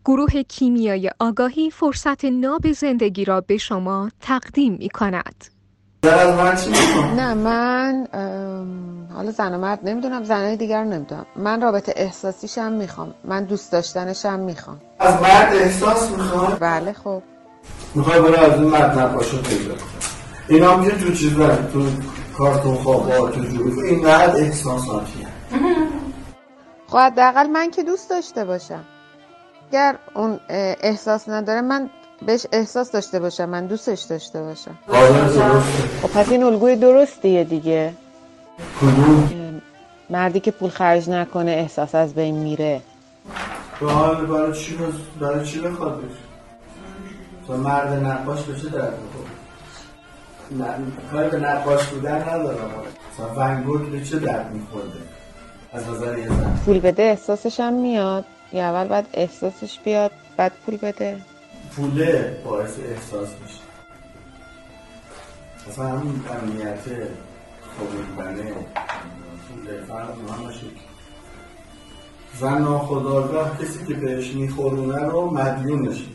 گروه کیمیای آگاهی فرصت ناب زندگی را به شما تقدیم می کند. نه من حالا زن و مرد نمیدونم، زنهای دیگر نمیدونم. من رابطه احساسیشم میخوام، من دوست داشتنشم میخوام. از مرد احساس میخوام؟ بله. خب میخوای برای از این مرد نقاشو پیدا کنم. اینا هم که تو چیز دارن، تو کارتون خوابا تو جوری اینقدر احساساتی هم. خب حداقل من که دوست داشته باشم. اگر اون احساس نداره من بهش احساس داشته باشم، من دوستش داشته باشم. درسته. خب پس این الگوی درستیه دیگه. کدوم؟ مردی که پول خرج نکنه احساس از بین میره. برای چی بخواد بشه؟ تو مرد نقاش بشه درد بخواد. کاری به نقاش بودن ندارم. مثلا ون گوگ به چه درد میخورده از نظر یه زن؟ پول بده احساسش هم میاد، یا اول باید احساسش بیاد بعد پول بده؟ پوله باعث احساس میشه. مثلا همین امنیت خوابیدنه پوله فرق مهمشه. زن ناخودآگاه کسی که بهش میخورونه رو مدیونش میشه.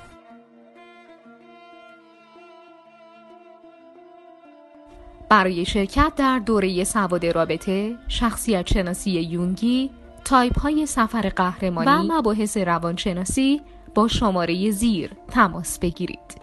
برای شرکت در دوره سواد رابطه، شخصیت شناسی یونگی، تایپ های سفر قهرمانی و مباحث روانشناسی با شماره زیر تماس بگیرید.